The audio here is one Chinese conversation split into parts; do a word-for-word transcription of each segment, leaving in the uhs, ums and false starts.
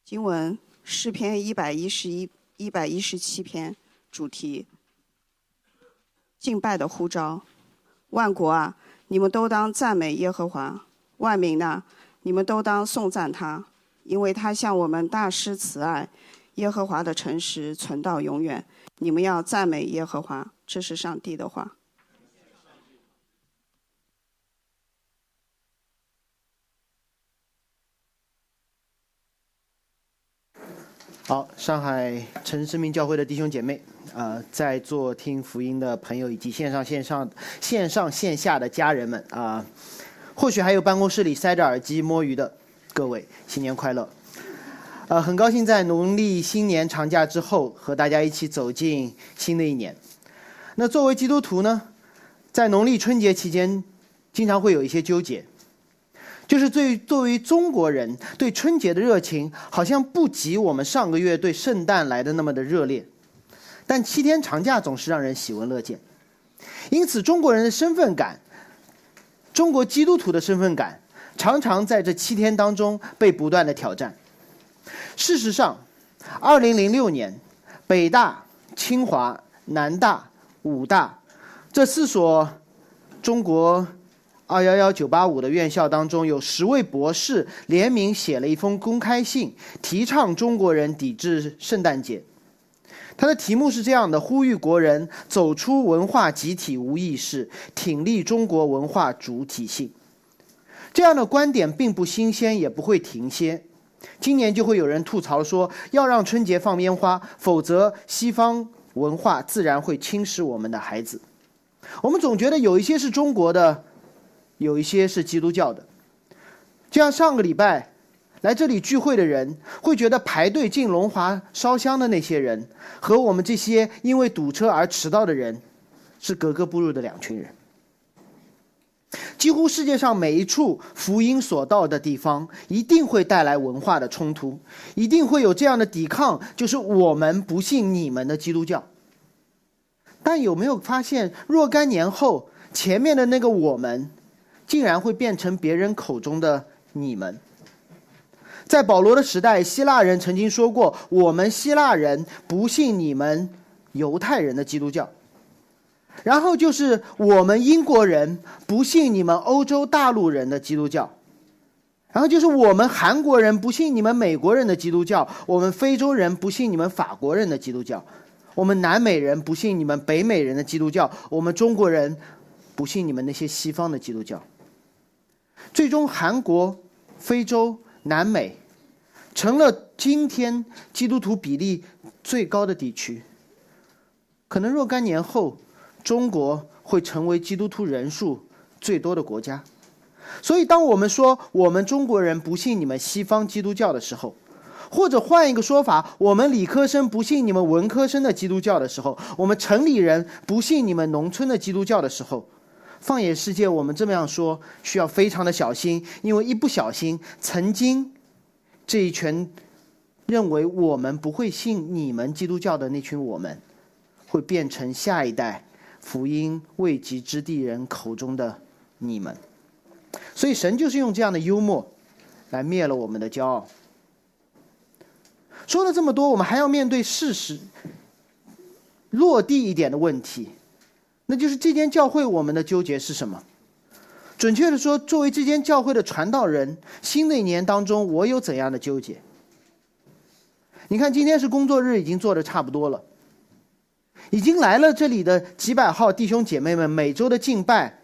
经文诗篇一百一十一、一百一十七篇，主题：敬拜的呼召。万国啊，你们都当赞美耶和华；万民呐、啊，你们都当颂赞他，因为他向我们大施慈爱，耶和华的诚实存到永远。你们要赞美耶和华，这是上帝的话。 好，上海城市生命教会的弟兄姐妹，呃，在座听福音的朋友以及线上线上线上线下的家人们啊、呃，或许还有办公室里塞着耳机摸鱼的各位，新年快乐！呃，很高兴在农历新年长假之后和大家一起走进新的一年。那作为基督徒呢，在农历春节期间，经常会有一些纠结。就是对作为中国人对春节的热情好像不及我们上个月对圣诞来的那么的热烈，但七天长假总是让人喜闻乐见，因此中国人的身份感，中国基督徒的身份感常常在这七天当中被不断的挑战。事实上二零零六年北大、清华、南大、武大这四所中国二一一九八五的院校当中，有十位博士联名写了一封公开信，提倡中国人抵制圣诞节。它的题目是这样的：呼吁国人走出文化集体无意识，挺立中国文化主体性。这样的观点并不新鲜，也不会停歇。今年就会有人吐槽说，要让春节放烟花，否则西方文化自然会侵蚀我们的孩子。我们总觉得有一些是中国的，有一些是基督教的。就像上个礼拜来这里聚会的人会觉得排队进龙华烧香的那些人和我们这些因为堵车而迟到的人是格格不入的两群人。几乎世界上每一处福音所到的地方一定会带来文化的冲突，一定会有这样的抵抗，就是我们不信你们的基督教。但有没有发现若干年后，前面的那个我们竟然会变成别人口中的你们。在保罗的时代，希腊人曾经说过，我们希腊人不信你们犹太人的基督教。然后就是我们英国人不信你们欧洲大陆人的基督教。然后就是我们韩国人不信你们美国人的基督教，我们非洲人不信你们法国人的基督教，我们南美人不信你们北美人的基督教，我们中国人不信你们那些西方的基督教。最终韩国、非洲、南美成了今天基督徒比例最高的地区。可能若干年后，中国会成为基督徒人数最多的国家。所以当我们说我们中国人不信你们西方基督教的时候，或者换一个说法，我们理科生不信你们文科生的基督教的时候，我们城里人不信你们农村的基督教的时候，放眼世界，我们这么样说需要非常的小心，因为一不小心，曾经这一群认为我们不会信你们基督教的那群我们，会变成下一代福音未及之地人口中的你们。所以神就是用这样的幽默来灭了我们的骄傲。说了这么多，我们还要面对事实落地一点的问题，那就是这间教会我们的纠结是什么？准确的说，作为这间教会的传道人，新的一年当中我有怎样的纠结？你看今天是工作日，已经做得差不多了，已经来了这里的几百号弟兄姐妹们每周的敬拜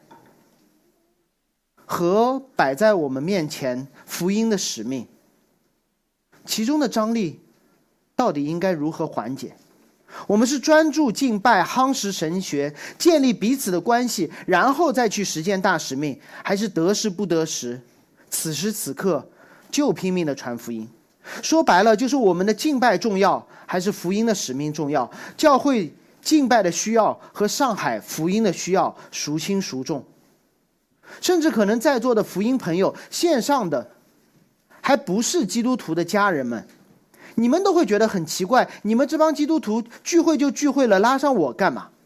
和摆在我们面前福音的使命，其中的张力到底应该如何缓解？我们是专注敬拜、夯实神学、建立彼此的关系，然后再去实践大使命，还是得时不得时，此时此刻就拼命的传福音？说白了，就是我们的敬拜重要，还是福音的使命重要？教会敬拜的需要和上海福音的需要孰轻孰重？甚至可能在座的福音朋友，线上的还不是基督徒的家人们，你们都会觉得很奇怪，你们这帮基督徒聚会就聚会了，拉上我干嘛？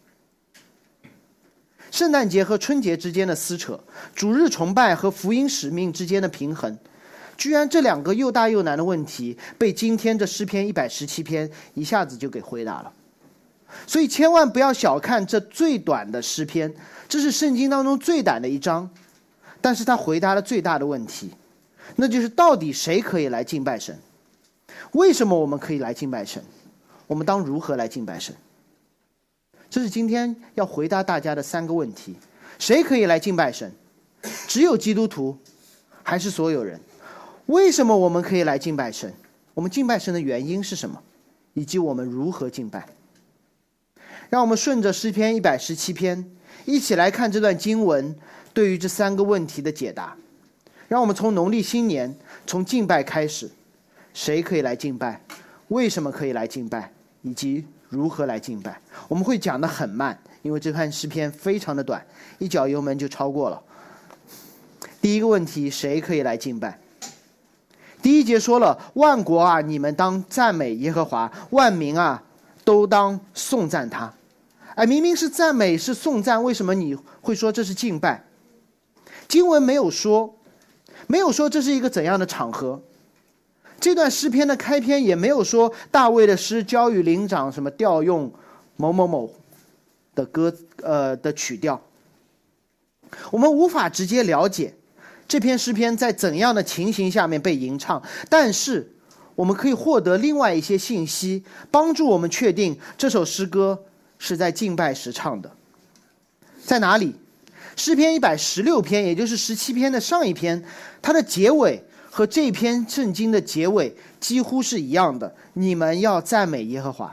圣诞节和春节之间的撕扯，主日崇拜和福音使命之间的平衡， 居然这两个又大又难的问题被今天这诗篇一百十七篇一下子就给回答了。所以千万不要小看这最短的诗篇，这是圣经当中最短的一章，但是他回答了最大的问题，那就是到底谁可以来敬拜神？为什么我们可以来敬拜神？我们当如何来敬拜神？这是今天要回答大家的三个问题。谁可以来敬拜神？只有基督徒还是所有人？为什么我们可以来敬拜神？我们敬拜神的原因是什么？以及我们如何敬拜？让我们顺着诗篇一百十七篇一起来看这段经文对于这三个问题的解答。让我们从农历新年，从敬拜开始。谁可以来敬拜？为什么可以来敬拜？以及如何来敬拜？我们会讲得很慢，因为这段诗篇非常的短，一脚油门就超过了。第一个问题，谁可以来敬拜？第一节说了，万国啊，你们当赞美耶和华，万民啊，都当颂赞他。哎，明明是赞美，是颂赞，为什么你会说这是敬拜？经文没有说，没有说这是一个怎样的场合。这段诗篇的开篇也没有说大卫的诗交与灵长什么调用某某某的歌呃的曲调。我们无法直接了解这篇诗篇在怎样的情形下面被吟唱，但是我们可以获得另外一些信息，帮助我们确定这首诗歌是在敬拜时唱的。在哪里？诗篇一百十六篇，也就是十七篇的上一篇，它的结尾和这篇圣经的结尾几乎是一样的，你们要赞美耶和华。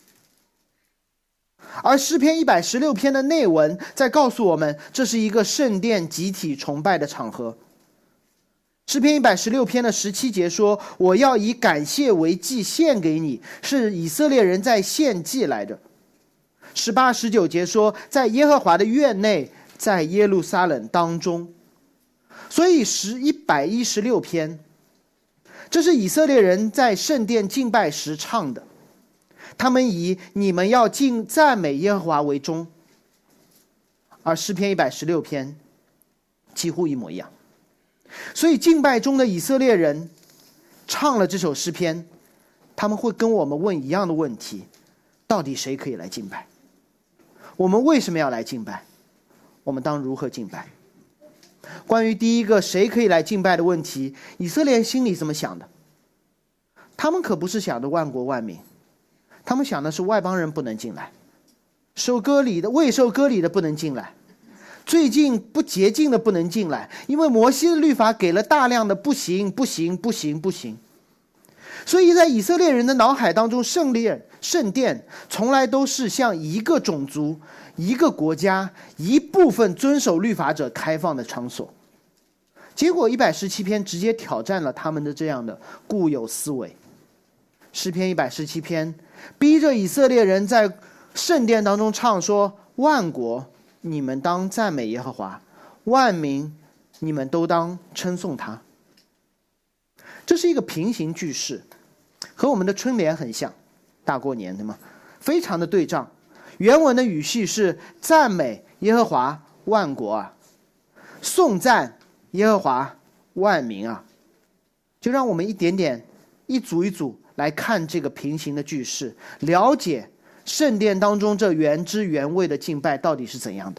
而诗篇一百十六篇的内文在告诉我们，这是一个圣殿集体崇拜的场合。诗篇一百十六篇的十七节说，我要以感谢为祭献给你，是以色列人在献祭来着。十八、十九节说，在耶和华的院内，在耶路撒冷当中。所以十一百一十六篇，这是以色列人在圣殿敬拜时唱的，他们以你们要敬赞美耶和华为中。而诗篇一百十六篇几乎一模一样。所以敬拜中的以色列人唱了这首诗篇，他们会跟我们问一样的问题，到底谁可以来敬拜？我们为什么要来敬拜？我们当如何敬拜？关于第一个谁可以来敬拜的问题，以色列人心里怎么想的？他们可不是想着万国万民，他们想的是外邦人不能进来，受割礼的未受割礼的不能进来，最近不洁净的不能进来，因为摩西的律法给了大量的不行不行不行不行。所以在以色列人的脑海当中，圣殿圣殿从来都是向一个种族、一个国家、一部分遵守律法者开放的场所。结果一百十七篇直接挑战了他们的这样的固有思维。诗篇一百十七篇逼着以色列人在圣殿当中唱说，万国你们当赞美耶和华，万民你们都当称颂他。这是一个平行句式，和我们的春联很像，大过年对吗？非常的对仗。原文的语系是赞美耶和华万国啊，颂赞耶和华万民啊。就让我们一点点一组一组来看这个平行的句式，了解圣殿当中这原汁原味的敬拜到底是怎样的。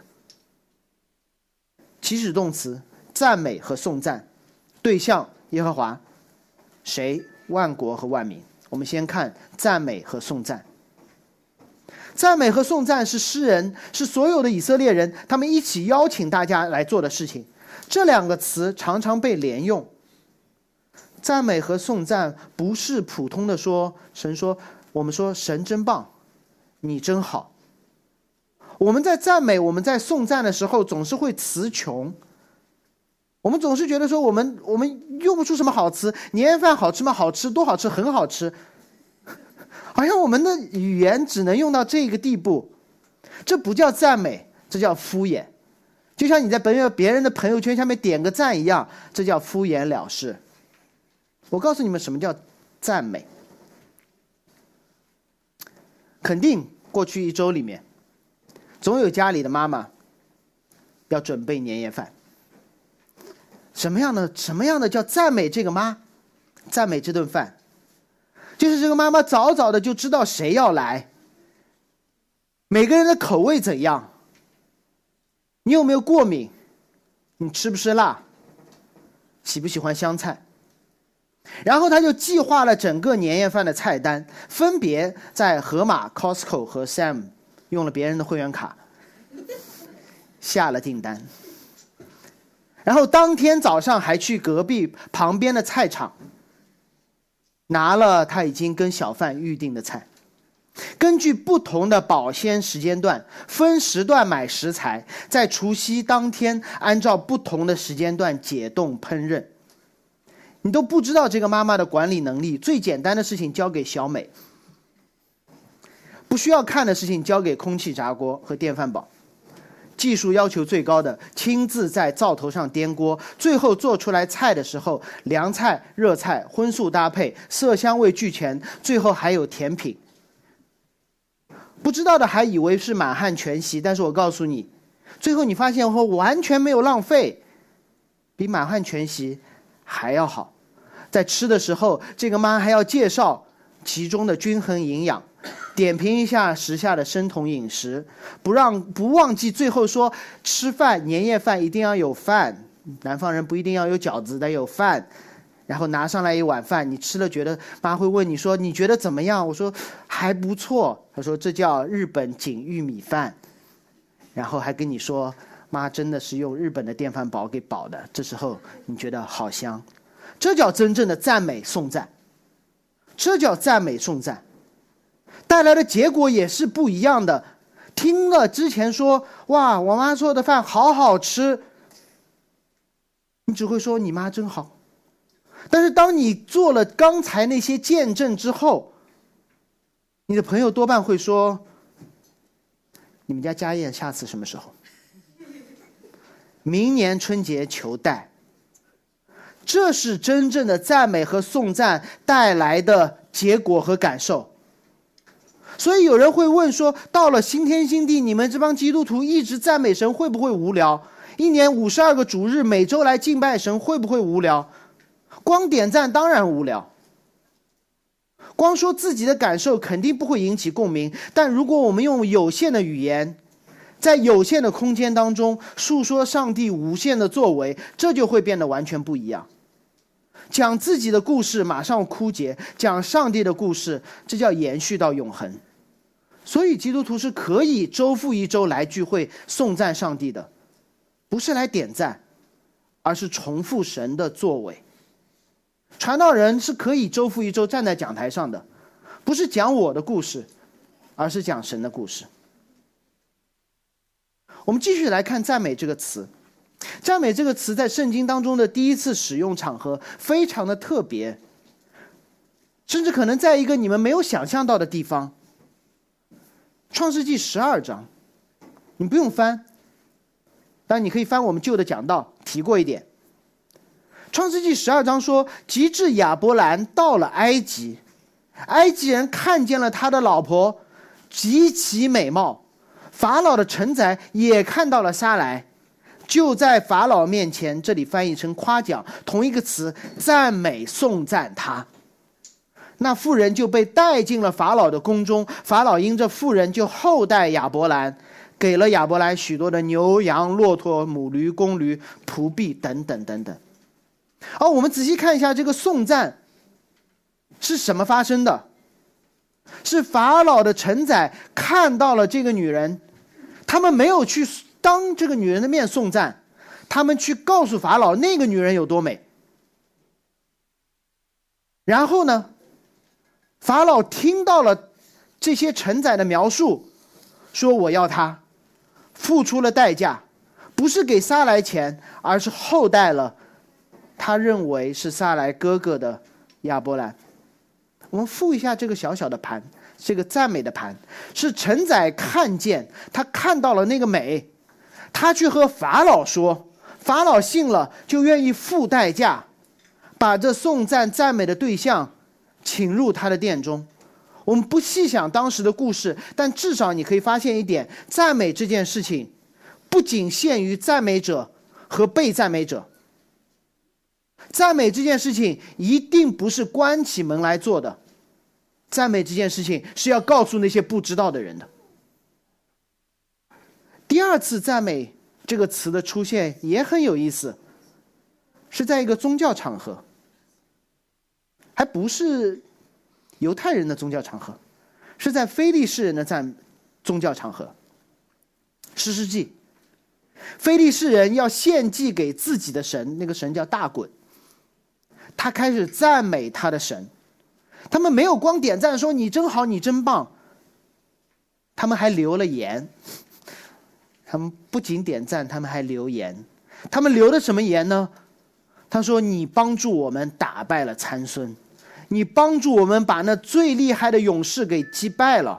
起始动词赞美和颂赞，对象耶和华，谁？万国和万民。我们先看赞美和颂赞。赞美和颂赞是诗人，是所有的以色列人他们一起邀请大家来做的事情。这两个词常常被连用。赞美和颂赞不是普通的说神说我们说神真棒，你真好。我们在赞美我们在颂赞的时候总是会词穷，我们总是觉得说我们我们用不出什么好词，年夜饭好吃吗？好吃，多好吃，很好吃。好像我们的语言只能用到这个地步，这不叫赞美，这叫敷衍。就像你在别人的朋友圈下面点个赞一样，这叫敷衍了事。我告诉你们什么叫赞美。肯定过去一周里面，总有家里的妈妈要准备年夜饭。 什么样的什么样的叫赞美这个妈，赞美这顿饭，就是这个妈妈早早的就知道谁要来，每个人的口味怎样，你有没有过敏，你吃不吃辣，喜不喜欢香菜，然后他就计划了整个年夜饭的菜单，分别在盒马、Costco 和 Sam 用了别人的会员卡下了订单，然后当天早上还去隔壁旁边的菜场拿了他已经跟小贩预定的菜，根据不同的保鲜时间段分时段买食材，在除夕当天按照不同的时间段解冻烹饪。你都不知道这个妈妈的管理能力，最简单的事情交给小美，不需要看的事情交给空气炸锅和电饭煲，技术要求最高的亲自在灶头上颠锅，最后做出来菜的时候凉菜、热菜、荤素搭配，色香味俱全，最后还有甜品。不知道的还以为是满汉全席，但是我告诉你，最后你发现后完全没有浪费，比满汉全席还要好。在吃的时候，这个妈还要介绍其中的均衡营养，点评一下时下的生酮饮食，不让不忘记最后说吃饭年夜饭一定要有饭，南方人不一定要有饺子，得有饭，然后拿上来一碗饭，你吃了觉得，妈会问你说你觉得怎么样，我说还不错，他说这叫日本锦玉米饭，然后还跟你说妈真的是用日本的电饭煲给煲的，这时候你觉得好香，这叫真正的赞美颂赞，这叫赞美颂赞，带来的结果也是不一样的。听了之前说哇我妈做的饭好好吃，你只会说你妈真好，但是当你做了刚才那些见证之后，你的朋友多半会说你们家家宴下次什么时候，明年春节求带。这是真正的赞美和颂赞带来的结果和感受。所以有人会问说，到了新天新地，你们这帮基督徒一直赞美神会不会无聊？一年五十二个主日，每周来敬拜神会不会无聊？光点赞当然无聊，光说自己的感受肯定不会引起共鸣，但如果我们用有限的语言，在有限的空间当中述说上帝无限的作为，这就会变得完全不一样。讲自己的故事马上枯竭，讲上帝的故事，这叫延续到永恒。所以基督徒是可以周复一周来聚会颂赞上帝的，不是来点赞，而是重复神的作为。传道人是可以周复一周站在讲台上的，不是讲我的故事，而是讲神的故事。我们继续来看赞美这个词。赞美这个词在圣经当中的第一次使用场合非常的特别，甚至可能在一个你们没有想象到的地方。创世纪十二章，你不用翻，但你可以翻我们旧的讲道，提过一点。创世纪十二章说，及至亚伯兰到了埃及，埃及人看见了他的老婆极其美貌，法老的臣宰也看到了撒来，就在法老面前，这里翻译成夸奖，同一个词，赞美颂赞他。那妇人就被带进了法老的宫中，法老因这妇人就厚待亚伯兰，给了亚伯兰许多的牛羊骆驼母驴公驴仆婢等等等等。而我们仔细看一下这个颂赞是什么发生的，是法老的臣宰看到了这个女人，他们没有去当这个女人的面颂赞，他们去告诉法老那个女人有多美。然后呢，法老听到了这些臣宰的描述，说我要她，付出了代价，不是给撒来钱，而是厚待了他认为是撒来哥哥的亚伯兰。我们复一下这个小小的盘，这个赞美的盘，是臣宰看见，他看到了那个美，他去和法老说，法老信了，就愿意付代价，把这颂赞赞美的对象请入他的殿中。我们不细想当时的故事，但至少你可以发现一点，赞美这件事情不仅限于赞美者和被赞美者， 赞美这件事情一定不是关起门来做的，赞美这件事情是要告诉那些不知道的人的。第二次赞美这个词的出现也很有意思，是在一个宗教场合，还不是犹太人的宗教场合，是在非利士人的赞宗教场合。士师记，非利士人要献祭给自己的神，那个神叫大衮，他开始赞美他的神。他们没有光点赞说你真好你真棒，他们还留了言。他们不仅点赞，他们还留言。他们留的什么言呢？他说你帮助我们打败了参孙，你帮助我们把那最厉害的勇士给击败了。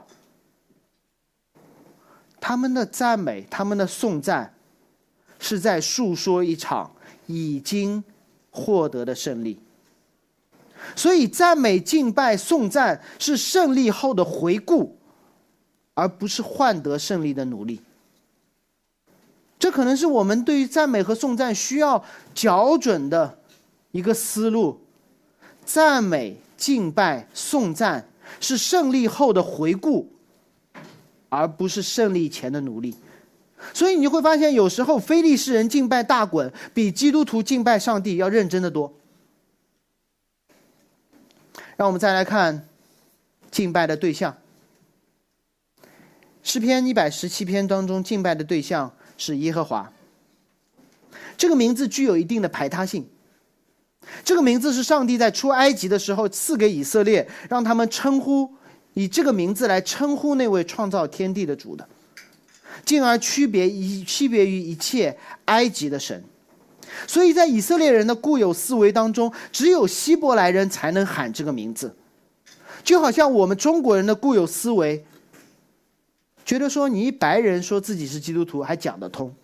他们的赞美，他们的颂赞，是在述说一场已经获得的胜利。所以赞美、敬拜、颂赞是胜利后的回顾，而不是换得胜利的努力。这可能是我们对于赞美和颂赞需要校准的一个思路。赞美、敬拜、颂赞是胜利后的回顾，而不是胜利前的努力。所以你会发现，有时候非利士人敬拜大衮比基督徒敬拜上帝要认真得多。让我们再来看敬拜的对象。诗篇一百十七篇当中，敬拜的对象是耶和华。这个名字具有一定的排他性。这个名字是上帝在出埃及的时候赐给以色列，让他们称呼以这个名字来称呼那位创造天地的主的，进而区别一区别于一切埃及的神。所以在以色列人的固有思维当中，只有希伯来人才能喊这个名字。就好像我们中国人的固有思维觉得说，你一白人说自己是基督徒还讲得通。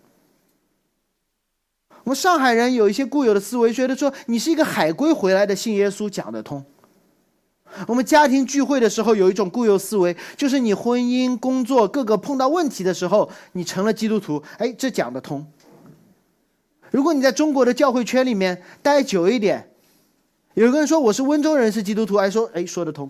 我们上海人有一些固有的思维，觉得说你是一个海归回来的信耶稣讲得通。我们家庭聚会的时候有一种固有思维，就是你婚姻、工作各个碰到问题的时候，你成了基督徒，哎，这讲得通。如果你在中国的教会圈里面待久一点，有个人说我是温州人是基督徒，还说哎说得通。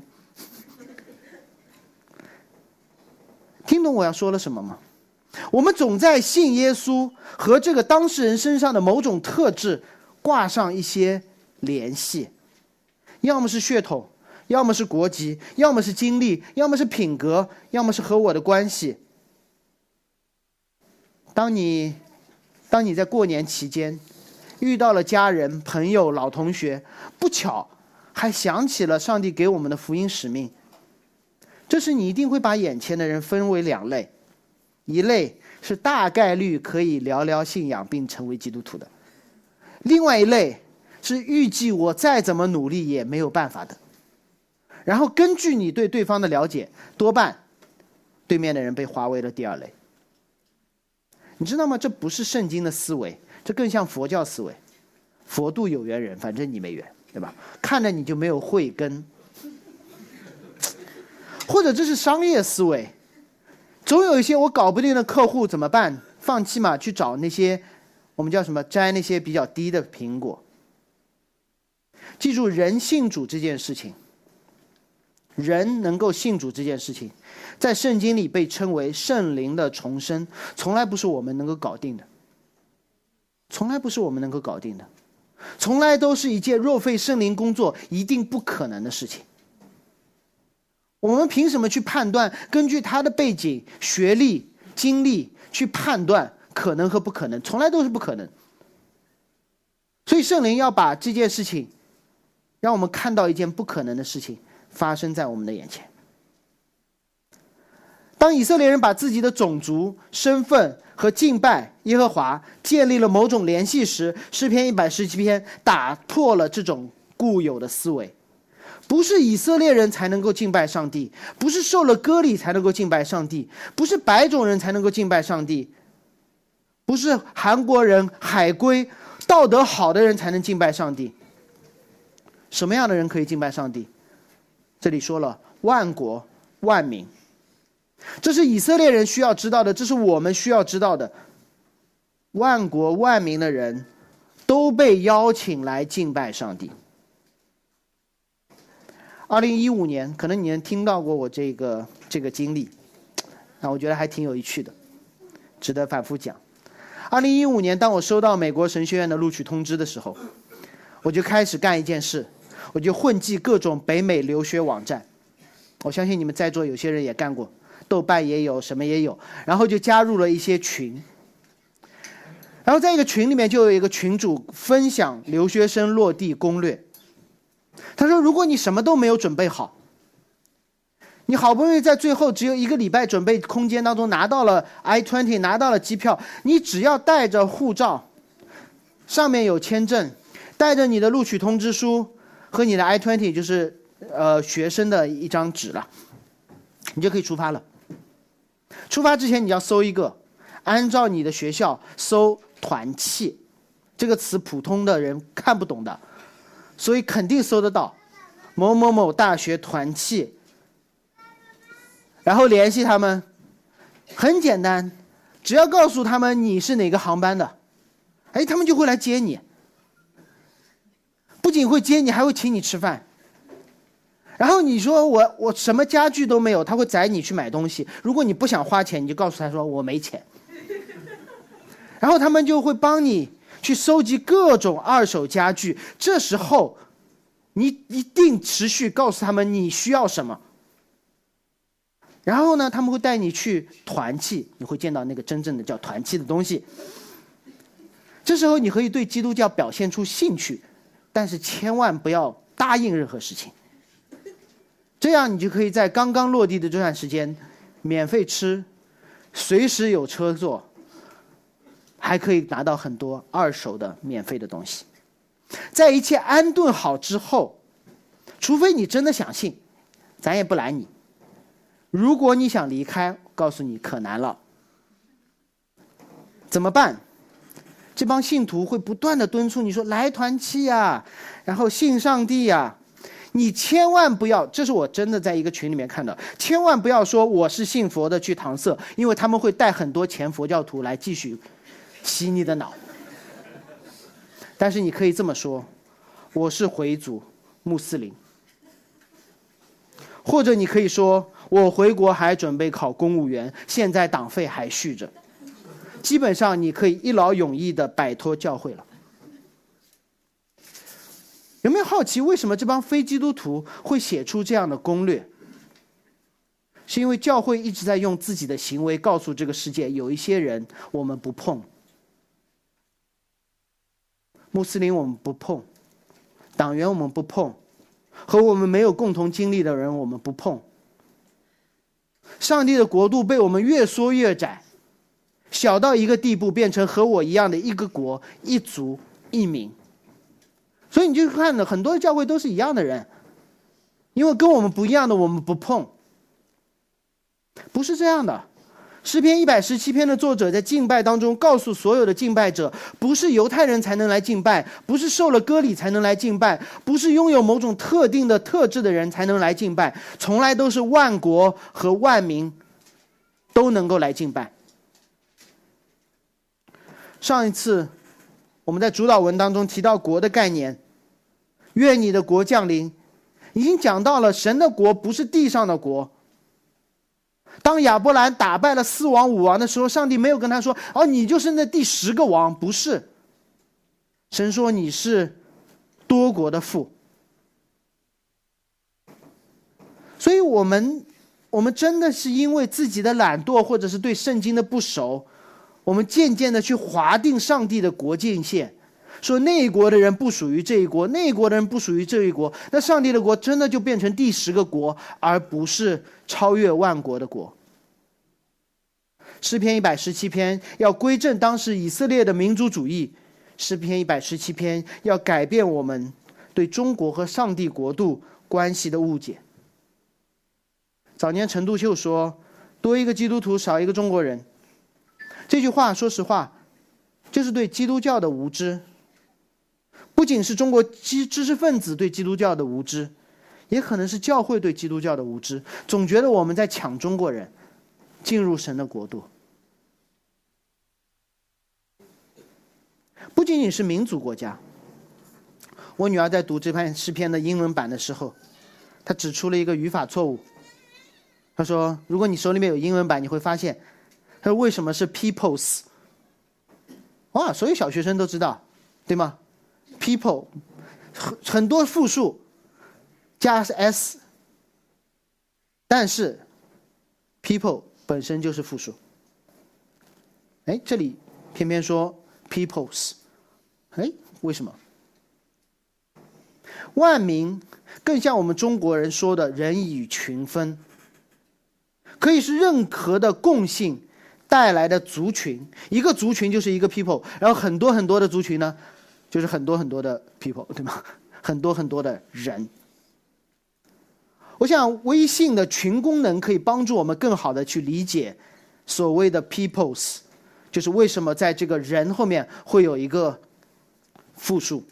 听懂我要说了什么吗？我们总在信耶稣和这个当事人身上的某种特质挂上一些联系，要么是血统，要么是国籍，要么是经历，要么是品格，要么是和我的关系。当你当你在过年期间遇到了家人、朋友、老同学，不巧还想起了上帝给我们的福音使命，这时你一定会把眼前的人分为两类，一类是大概率可以聊聊信仰并成为基督徒的，另外一类是预计我再怎么努力也没有办法的。然后根据你对对方的了解，多半对面的人被划为了第二类。你知道吗？这不是圣经的思维，这更像佛教思维。佛度有缘人，反正你没缘，对吧？看着你就没有慧根。或者这是商业思维，总有一些我搞不定的客户怎么办？放弃嘛，去找那些我们叫什么摘那些比较低的苹果。记住，人信主这件事情，人能够信主这件事情，在圣经里被称为圣灵的重生，从来不是我们能够搞定的，从来不是我们能够搞定的，从来都是一件若非圣灵工作一定不可能的事情。我们凭什么去判断，根据他的背景、学历、经历去判断可能和不可能？从来都是不可能。所以圣灵要把这件事情让我们看到一件不可能的事情发生在我们的眼前。当以色列人把自己的种族、身份和敬拜耶和华建立了某种联系时，诗篇一百十七篇打破了这种固有的思维。不是以色列人才能够敬拜上帝，不是受了割礼才能够敬拜上帝，不是白种人才能够敬拜上帝，不是韩国人、海归、道德好的人才能敬拜上帝。什么样的人可以敬拜上帝？这里说了万国万民，这是以色列人需要知道的，这是我们需要知道的。万国万民的人都被邀请来敬拜上帝。二零一五年，可能你们听到过我这个这个经历，那我觉得还挺有趣的，值得反复讲。二零一五年，当我收到美国神学院的录取通知的时候，我就开始干一件事，我就混迹各种北美留学网站。我相信你们在座有些人也干过，豆瓣也有，什么也有，然后就加入了一些群。然后在一个群里面就有一个群主分享留学生落地攻略。他说，如果你什么都没有准备好，你好不容易在最后只有一个礼拜准备空间当中拿到了 I 二十， 拿到了机票，你只要带着护照，上面有签证，带着你的录取通知书和你的 I 二十， 就是呃学生的一张纸了，你就可以出发了。出发之前你要搜一个，按照你的学校搜团契，这个词普通的人看不懂的，所以肯定搜得到某某某大学团契，然后联系他们。很简单，只要告诉他们你是哪个航班的，哎，他们就会来接你，不仅会接你，还会请你吃饭。然后你说我我什么家具都没有，他会载你去买东西。如果你不想花钱，你就告诉他说我没钱，然后他们就会帮你去收集各种二手家具。这时候你一定持续告诉他们你需要什么，然后呢他们会带你去团契，你会见到那个真正的叫团契的东西。这时候你可以对基督教表现出兴趣，但是千万不要答应任何事情，这样你就可以在刚刚落地的这段时间免费吃，随时有车坐，还可以拿到很多二手的免费的东西。在一切安顿好之后，除非你真的想信，咱也不拦你。如果你想离开，告诉你可难了。怎么办？这帮信徒会不断的敦促你说来团契呀，然后信上帝呀。你千万不要，这是我真的在一个群里面看到，千万不要说我是信佛的去搪塞，因为他们会带很多前佛教徒来继续洗你的脑。但是你可以这么说，我是回族穆斯林，或者你可以说我回国还准备考公务员，现在党费还续着。基本上你可以一劳永逸地摆脱教会了。有没有好奇为什么这帮非基督徒会写出这样的攻略？是因为教会一直在用自己的行为告诉这个世界，有一些人我们不碰，穆斯林我们不碰，党员我们不碰，和我们没有共同经历的人我们不碰。上帝的国度被我们越缩越窄，小到一个地步，变成和我一样的一个国、一族、一民。所以你就看了很多教会都是一样的人，因为跟我们不一样的我们不碰。不是这样的。诗篇一百十七篇的作者在敬拜当中告诉所有的敬拜者，不是犹太人才能来敬拜，不是受了割礼才能来敬拜，不是拥有某种特定的特质的人才能来敬拜，从来都是万国和万民都能够来敬拜。上一次我们在主导文当中提到国的概念，愿你的国降临，已经讲到了神的国不是地上的国。当亚伯兰打败了四王五王的时候，上帝没有跟他说，哦，你就是那第十个王，不是。神说你是多国的父。所以我们我们真的是因为自己的懒惰，或者是对圣经的不熟，我们渐渐的去划定上帝的国界线，说那一国的人不属于这一国，那一国的人不属于这一国，那上帝的国真的就变成第十个国，而不是超越万国的国。诗篇一百十七篇要归正当时以色列的民族主义，诗篇一百十七篇要改变我们对中国和上帝国度关系的误解。早年陈独秀说，多一个基督徒少一个中国人，这句话说实话就是对基督教的无知，不仅是中国知识分子对基督教的无知，也可能是教会对基督教的无知，总觉得我们在抢中国人进入神的国度。 不仅仅是民族国家。我女儿在读这篇诗篇的英文版的时候，她指出了一个语法错误。她说，如果你手里面有英文版，你会发现，她说为什么是 peoples？ 哇，所有小学生都知道，对吗？ people 很很多复数加 s， 但是 people 本身就是复数。哎，这里偏偏说 peoples， 哎，为什么？万民更像我们中国人说的人以群分，可以是任何的共性带来的族群，一个族群就是一个 people， 然后很多很多的族群呢，就是很多很多的 people， 对吗？很多很多的人。我想微信的群功能可以帮助我们更好的去理解所谓的 peoples， 就是为什么在这个人后面会有一个复数。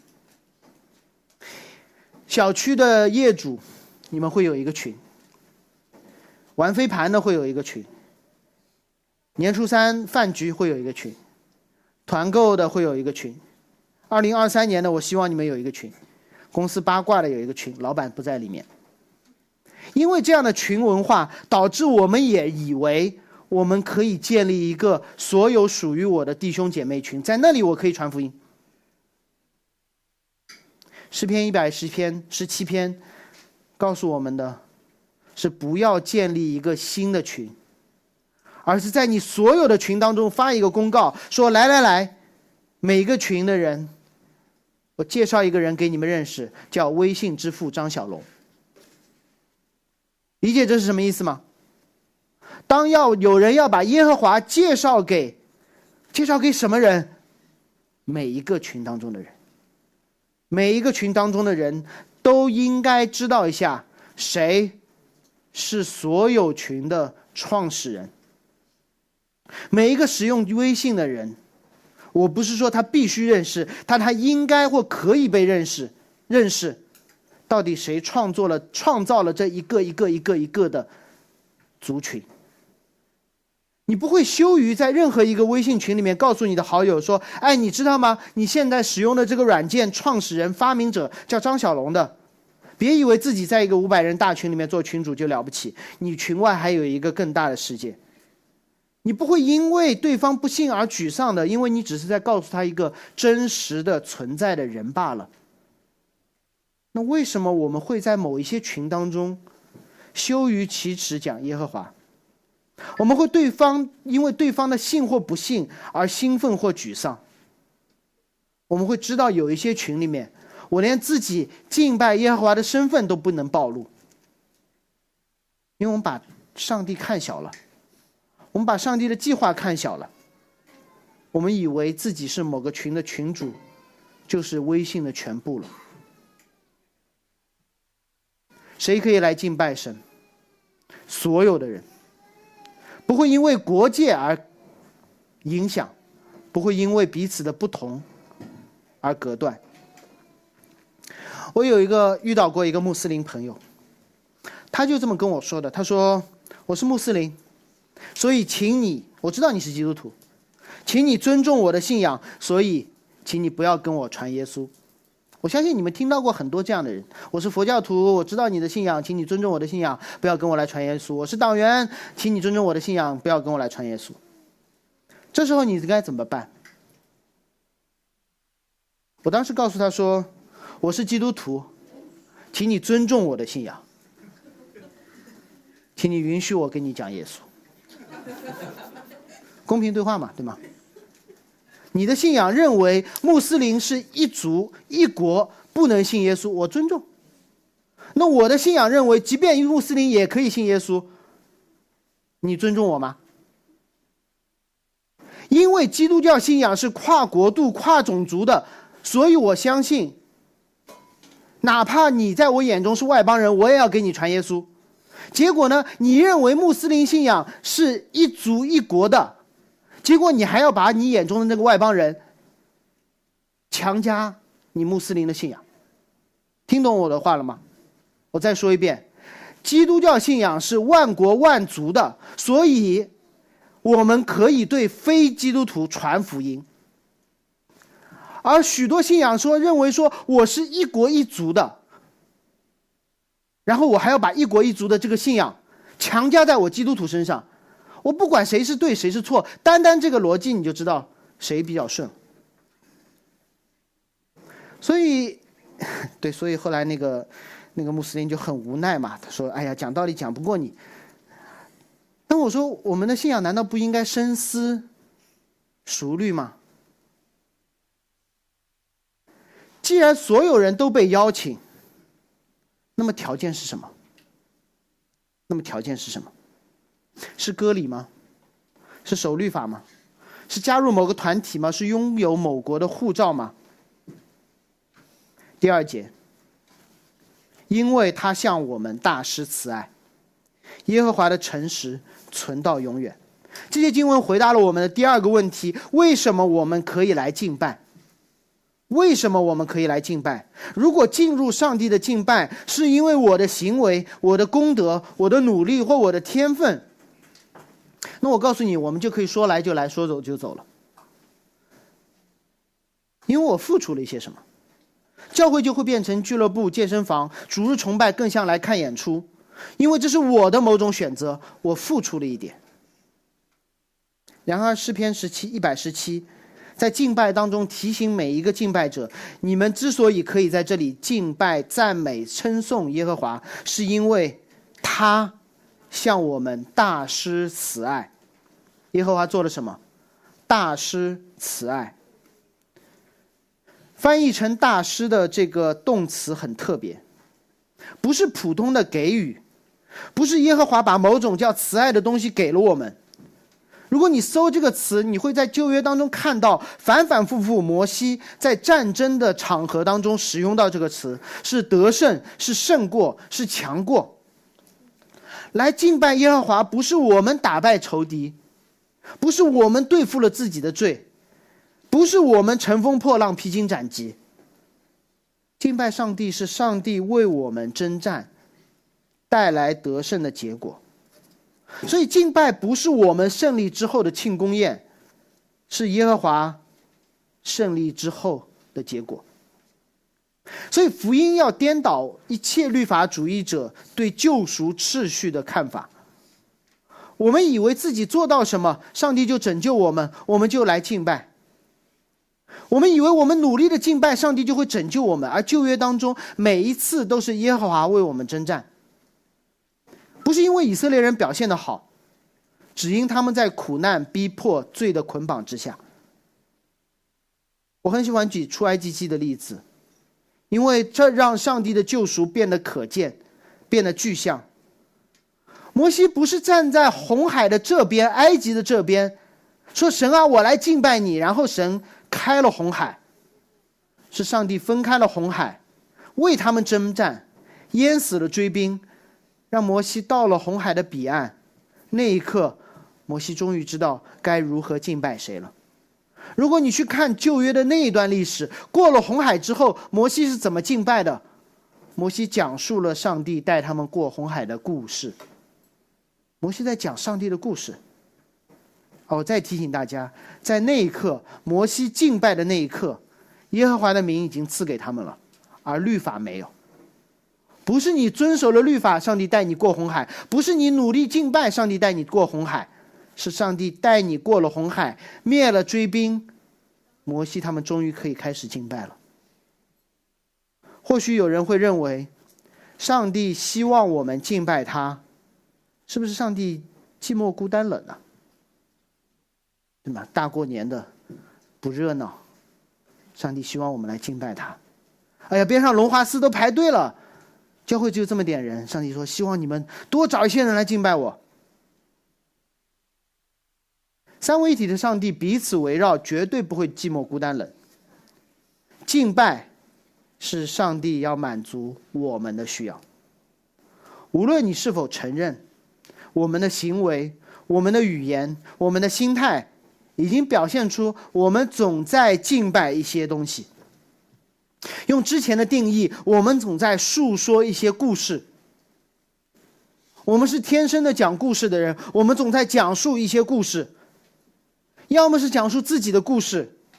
小区的业主，你们会有一个群；玩飞盘的会有一个群；年初三饭局会有一个群；团购的会有一个群；二零二三年的我希望你们有一个群；公司八卦的有一个群，老板不在里面。因为这样的群文化，导致我们也以为我们可以建立一个所有属于我的弟兄姐妹群，在那里我可以传福音。诗篇一百十篇十七篇告诉我们的是不要建立一个新的群，而是在你所有的群当中发一个公告，说来来来，每个群的人，我介绍一个人给你们认识，叫微信之父张小龙。理解这是什么意思吗？当要有人要把耶和华介绍给介绍给什么人？每一个群当中的人。每一个群当中的人都应该知道一下谁是所有群的创始人。每一个使用微信的人，我不是说他必须认识，但他应该或可以被认识，认识到底谁创作了创造了这一个一个一个一个的族群。你不会羞于在任何一个微信群里面告诉你的好友说，哎，你知道吗？你现在使用的这个软件创始人发明者叫张小龙的。别以为自己在一个五百人大群里面做群主就了不起，你群外还有一个更大的世界。你不会因为对方不信而沮丧的，因为你只是在告诉他一个真实的存在的人罢了。那为什么我们会在某一些群当中羞于启齿讲耶和华？我们会对方因为对方的信或不信而兴奋或沮丧。我们会知道有一些群里面，我连自己敬拜耶和华的身份都不能暴露，因为我们把上帝看小了，我们把上帝的计划看小了，我们以为自己是某个群的群主，就是微信的全部了。谁可以来敬拜神？所有的人，不会因为国界而影响，不会因为彼此的不同而隔断。我有一个遇到过一个穆斯林朋友，他就这么跟我说的，他说，我是穆斯林，所以请你，我知道你是基督徒，请你尊重我的信仰，所以请你不要跟我传耶稣。我相信你们听到过很多这样的人，我是佛教徒，我知道你的信仰，请你尊重我的信仰，不要跟我来传耶稣。我是党员，请你尊重我的信仰，不要跟我来传耶稣。这时候你该怎么办？我当时告诉他说，我是基督徒，请你尊重我的信仰，请你允许我跟你讲耶稣。公平对话嘛，对吗？你的信仰认为穆斯林是一族一国，不能信耶稣，我尊重。那我的信仰认为即便穆斯林也可以信耶稣，你尊重我吗？因为基督教信仰是跨国度跨种族的，所以我相信哪怕你在我眼中是外邦人，我也要给你传耶稣。结果呢，你认为穆斯林信仰是一族一国的，结果你还要把你眼中的那个外邦人强加你穆斯林的信仰。听懂我的话了吗？我再说一遍，基督教信仰是万国万族的，所以我们可以对非基督徒传福音。 而许多信仰说认为说我是一国一族的，然后我还要把一国一族的这个信仰强加在我基督徒身上，我不管谁是对谁是错，单单这个逻辑你就知道谁比较顺。所以对，所以后来那个那个穆斯林就很无奈嘛，他说哎呀，讲道理讲不过你。但我说我们的信仰难道不应该深思熟虑吗？既然所有人都被邀请，那么条件是什么？那么条件是什么？是割礼吗？是守律法吗？是加入某个团体吗？是拥有某国的护照吗？第二节，因为他向我们大施慈爱，耶和华的诚实存到永远。这些经文回答了我们的第二个问题：为什么我们可以来敬拜？为什么我们可以来敬拜？如果进入上帝的敬拜是因为我的行为、我的功德、我的努力或我的天分，那我告诉你，我们就可以说来就来，说走就走了。因为我付出了一些什么，教会就会变成俱乐部、健身房，主日崇拜更像来看演出，因为这是我的某种选择，我付出了一点。然而诗篇十七一百十七在敬拜当中提醒每一个敬拜者，你们之所以可以在这里敬拜、赞美、称颂耶和华，是因为他向我们大施慈爱。耶和华做了什么？大施慈爱。翻译成大施的这个动词很特别，不是普通的给予，不是耶和华把某种叫慈爱的东西给了我们。如果你搜这个词，你会在旧约当中看到反反复复摩西在战争的场合当中使用到这个词，是得胜，是胜过，是强过。来敬拜耶和华，不是我们打败仇敌，不是我们对付了自己的罪，不是我们乘风破浪、披荆斩棘。敬拜上帝是上帝为我们征战，带来得胜的结果。所以敬拜不是我们胜利之后的庆功宴，是耶和华胜利之后的结果。所以福音要颠倒一切律法主义者对救赎秩序的看法。我们以为自己做到什么，上帝就拯救我们，我们就来敬拜。我们以为我们努力的敬拜，上帝就会拯救我们，而旧约当中每一次都是耶和华为我们征战。不是因为以色列人表现得好，只因他们在苦难、逼迫、罪的捆绑之下。我很喜欢举出埃及记的例子，因为这让上帝的救赎变得可见，变得具象。摩西不是站在红海的这边，埃及的这边，说神啊，我来敬拜你，然后神开了红海。是上帝分开了红海，为他们征战，淹死了追兵，让摩西到了红海的彼岸。那一刻，摩西终于知道该如何敬拜谁了。如果你去看旧约的那一段历史，过了红海之后，摩西是怎么敬拜的？摩西讲述了上帝带他们过红海的故事。摩西在讲上帝的故事。哦，我再提醒大家，在那一刻，摩西敬拜的那一刻，耶和华的名已经赐给他们了，而律法没有。不是你遵守了律法，上帝带你过红海；不是你努力敬拜，上帝带你过红海，是上帝带你过了红海，灭了追兵，摩西他们终于可以开始敬拜了。或许有人会认为，上帝希望我们敬拜他，是不是上帝寂寞孤单冷啊？对吗？大过年的不热闹，上帝希望我们来敬拜他。哎呀，边上龙华寺都排队了，教会只有这么点人，上帝说希望你们多找一些人来敬拜我。三位一体的上帝彼此围绕，绝对不会寂寞孤单冷。敬拜是上帝要满足我们的需要，无论你是否承认，我们的行为、我们的语言、我们的心态已经表现出我们总在敬拜一些东西。用之前的定义，我们总在述说一些故事。我们是天生的讲故事的人，我们总在讲述一些故事，要么是讲述自己的故事，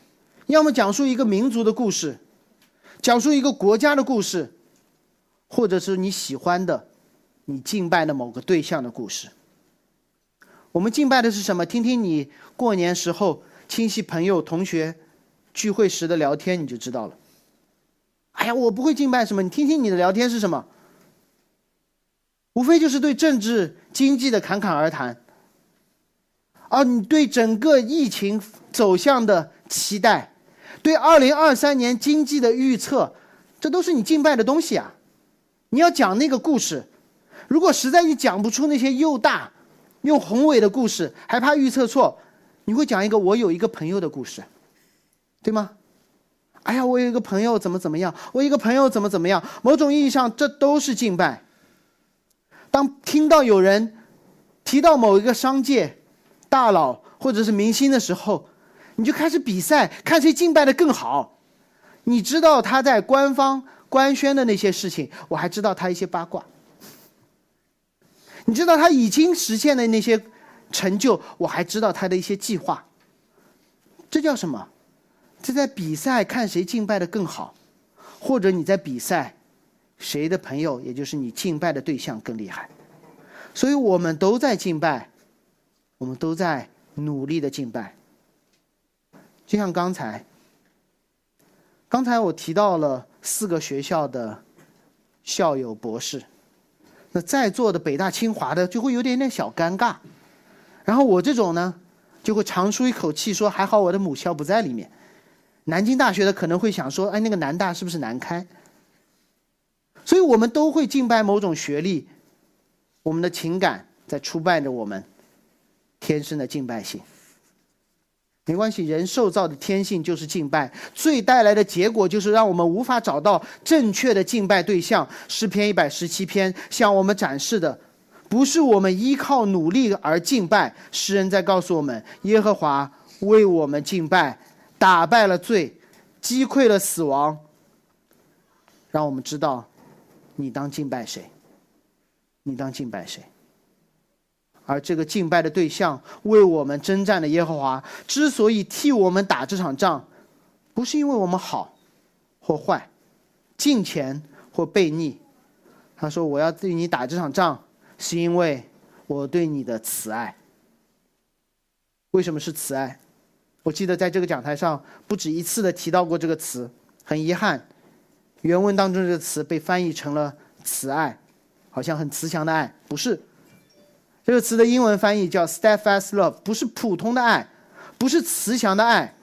要么讲述一个民族的故事，讲述一个国家的故事，或者是你喜欢的你敬拜的某个对象的故事。我们敬拜的是什么？听听你过年时候亲戚朋友同学聚会时的聊天你就知道了。哎呀，我不会敬拜什么，你听听你的聊天是什么？无非就是对政治经济的侃侃而谈，而你对整个疫情走向的期待，对二零二三年经济的预测，这都是你敬拜的东西啊。你要讲那个故事，如果实在你讲不出那些又大又宏伟的故事，还怕预测错，你会讲一个我有一个朋友的故事，对吗？哎呀，我有一个朋友怎么怎么样，我有一个朋友怎么怎么样，某种意义上这都是敬拜。当听到有人提到某一个商界大佬或者是明星的时候，你就开始比赛，看谁敬拜的更好。你知道他在官方官宣的那些事情，我还知道他一些八卦。你知道他已经实现的那些成就，我还知道他的一些计划。这叫什么？这在比赛看谁敬拜的更好，或者你在比赛谁的朋友，也就是你敬拜的对象更厉害。所以我们都在敬拜，我们都在努力的敬拜。就像刚才刚才我提到了四个学校的校友博士，那在座的北大清华的就会有点点小尴尬，然后我这种呢就会长舒一口气说还好我的母校不在里面。南京大学的可能会想说，哎，那个南大是不是南开？所以我们都会敬拜某种学历，我们的情感在出卖着我们天生的敬拜性。没关系，人受造的天性就是敬拜，最带来的结果就是让我们无法找到正确的敬拜对象。诗篇一百十七篇向我们展示的不是我们依靠努力而敬拜，诗人在告诉我们，耶和华为我们敬拜，打败了罪，击溃了死亡，让我们知道你当敬拜谁，你当敬拜谁。而这个敬拜的对象，为我们征战的耶和华，之所以替我们打这场仗，不是因为我们好或坏，敬虔或悖逆。他说我要对你打这场仗，是因为我对你的慈爱。为什么是慈爱？我记得在这个讲台上不止一次的提到过这个词，很遗憾原文当中这个词被翻译成了慈爱，好像很慈祥的爱，不是。这个词的英文翻译叫 steadfast love， 不是普通的爱，不是慈祥的爱。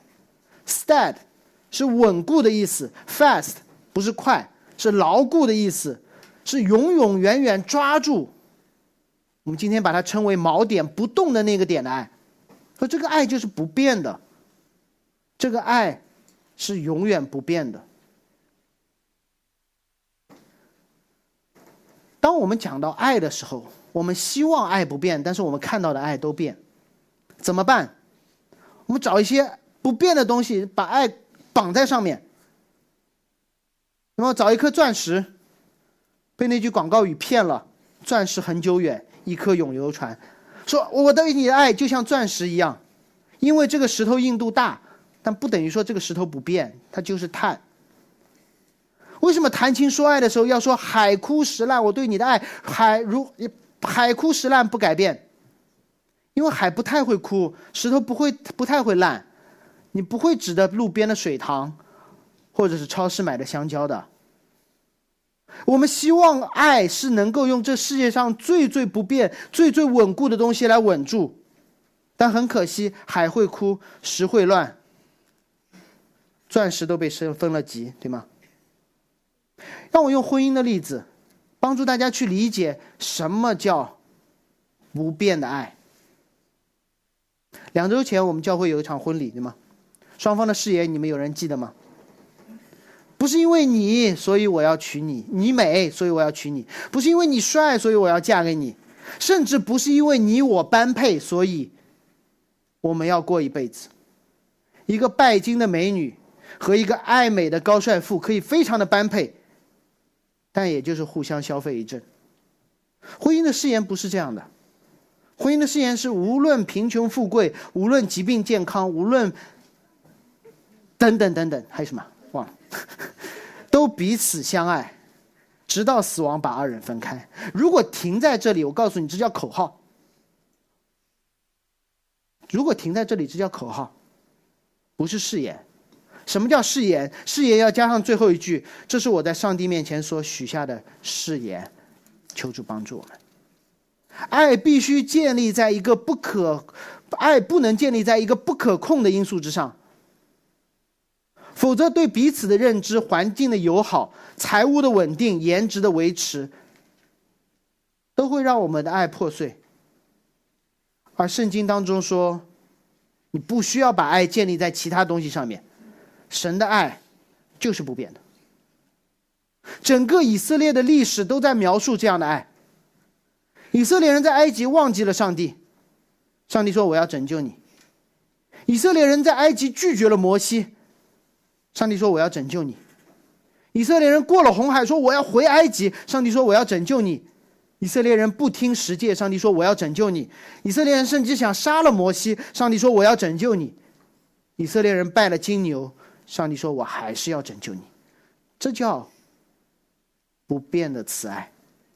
stead 是稳固的意思， fast 不是快，是牢固的意思，是永永远远抓住。我们今天把它称为锚点，不动的那个点的爱。说这个爱就是不变的，这个爱是永远不变的。当我们讲到爱的时候，我们希望爱不变，但是我们看到的爱都变，怎么办？我们找一些不变的东西，把爱绑在上面。那么找一颗钻石，被那句广告语骗了，钻石恒久远，一颗永流传。说我对你的爱就像钻石一样，因为这个石头硬度大，但不等于说这个石头不变，它就是碳。为什么谈情说爱的时候要说海枯石烂？我对你的爱，海如海枯石烂不改变，因为海不太会枯，石头不会不太会烂，你不会指着路边的水塘，或者是超市买的香蕉的。我们希望爱是能够用这世界上最最不变、最最稳固的东西来稳住，但很可惜，海会枯，石会乱，钻石都被分了级，对吗？让我用婚姻的例子帮助大家去理解什么叫不变的爱。两周前我们教会有一场婚礼，对吗？双方的誓言你们有人记得吗？不是因为你所以我要娶你，你美所以我要娶你，不是因为你帅所以我要嫁给你，甚至不是因为你我般配所以我们要过一辈子。一个拜金的美女和一个爱美的高帅富可以非常的般配，但也就是互相消费一阵。婚姻的誓言不是这样的，婚姻的誓言是无论贫穷富贵，无论疾病健康，无论等等等等，还有什么忘了，都彼此相爱，直到死亡把二人分开。如果停在这里，我告诉你，这叫口号。如果停在这里，这叫口号，不是誓言。什么叫誓言？誓言要加上最后一句，这是我在上帝面前所许下的誓言，求主帮助我们。爱必须建立在一个不可，爱不能建立在一个不可控的因素之上，否则对彼此的认知、环境的友好、财务的稳定、颜值的维持，都会让我们的爱破碎。而圣经当中说，你不需要把爱建立在其他东西上面，神的爱就是不变的。整个以色列的历史都在描述这样的爱。以色列人在埃及忘记了上帝，上帝说我要拯救你。以色列人在埃及拒绝了摩西，上帝说我要拯救你。以色列人过了红海说我要回埃及，上帝说我要拯救你。以色列人不听十诫，上帝说我要拯救你。以色列人甚至想杀了摩西，上帝说我要拯救你。以色列人拜了金牛，上帝说我还是要拯救你。这叫不变的慈爱。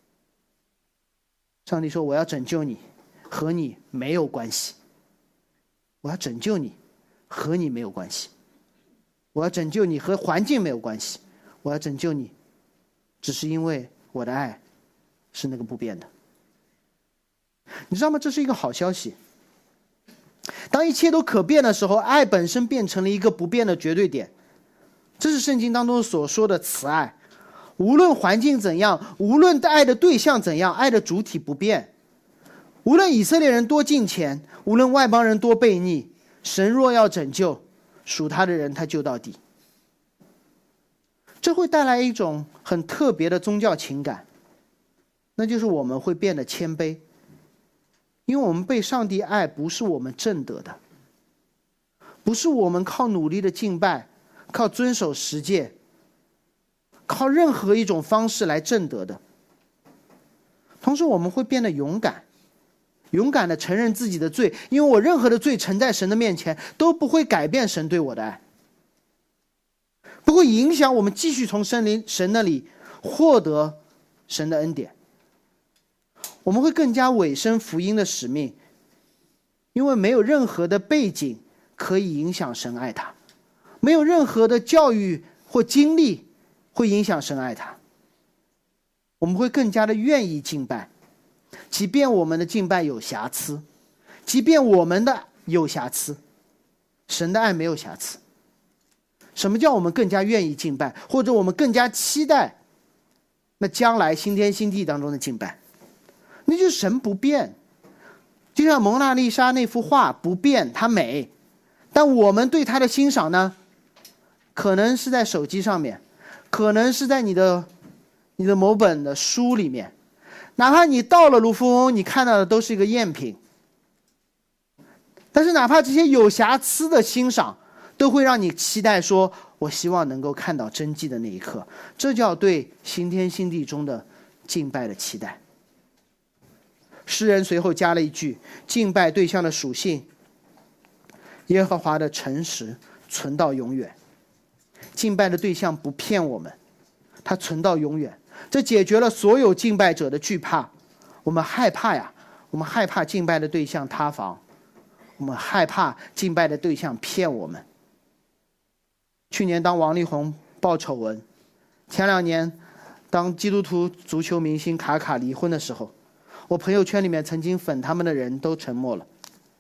上帝说我要拯救你，和你没有关系。我要拯救你，和你没有关系。我要拯救你，和环境没有关系。我要拯救你，只是因为我的爱是那个不变的。你知道吗？这是一个好消息。当一切都可变的时候，爱本身变成了一个不变的绝对点。这是圣经当中所说的慈爱。无论环境怎样，无论爱的对象怎样，爱的主体不变。无论以色列人多敬虔，无论外邦人多悖逆，神若要拯救属他的人，他救到底。这会带来一种很特别的宗教情感，那就是我们会变得谦卑，因为我们被上帝爱不是我们挣得的，不是我们靠努力的敬拜，靠遵守十诫，靠任何一种方式来挣得的。同时我们会变得勇敢，勇敢地承认自己的罪，因为我任何的罪呈在神的面前都不会改变神对我的爱，不会影响我们继续从神灵神那里获得神的恩典。我们会更加委身福音的使命，因为没有任何的背景可以影响神爱他，没有任何的教育或经历会影响神爱他。我们会更加的愿意敬拜，即便我们的敬拜有瑕疵，即便我们的有瑕疵，神的爱没有瑕疵。什么叫我们更加愿意敬拜，或者我们更加期待那将来新天新地当中的敬拜？那就是神不变。就像蒙娜丽莎那幅画不变，它美，但我们对它的欣赏呢，可能是在手机上面，可能是在你的你的某本的书里面，哪怕你到了卢浮宫，你看到的都是一个赝品。但是哪怕这些有瑕疵的欣赏，都会让你期待说，我希望能够看到真迹的那一刻。这叫对新天新地中的敬拜的期待。诗人随后加了一句，敬拜对象的属性，耶和华的诚实存到永远。敬拜的对象不骗我们，它存到永远。这解决了所有敬拜者的惧怕。我们害怕呀，我们害怕敬拜的对象塌房，我们害怕敬拜的对象骗我们。去年当王力宏爆丑闻，前两年当基督徒足球明星卡卡离婚的时候，我朋友圈里面曾经粉他们的人都沉默了。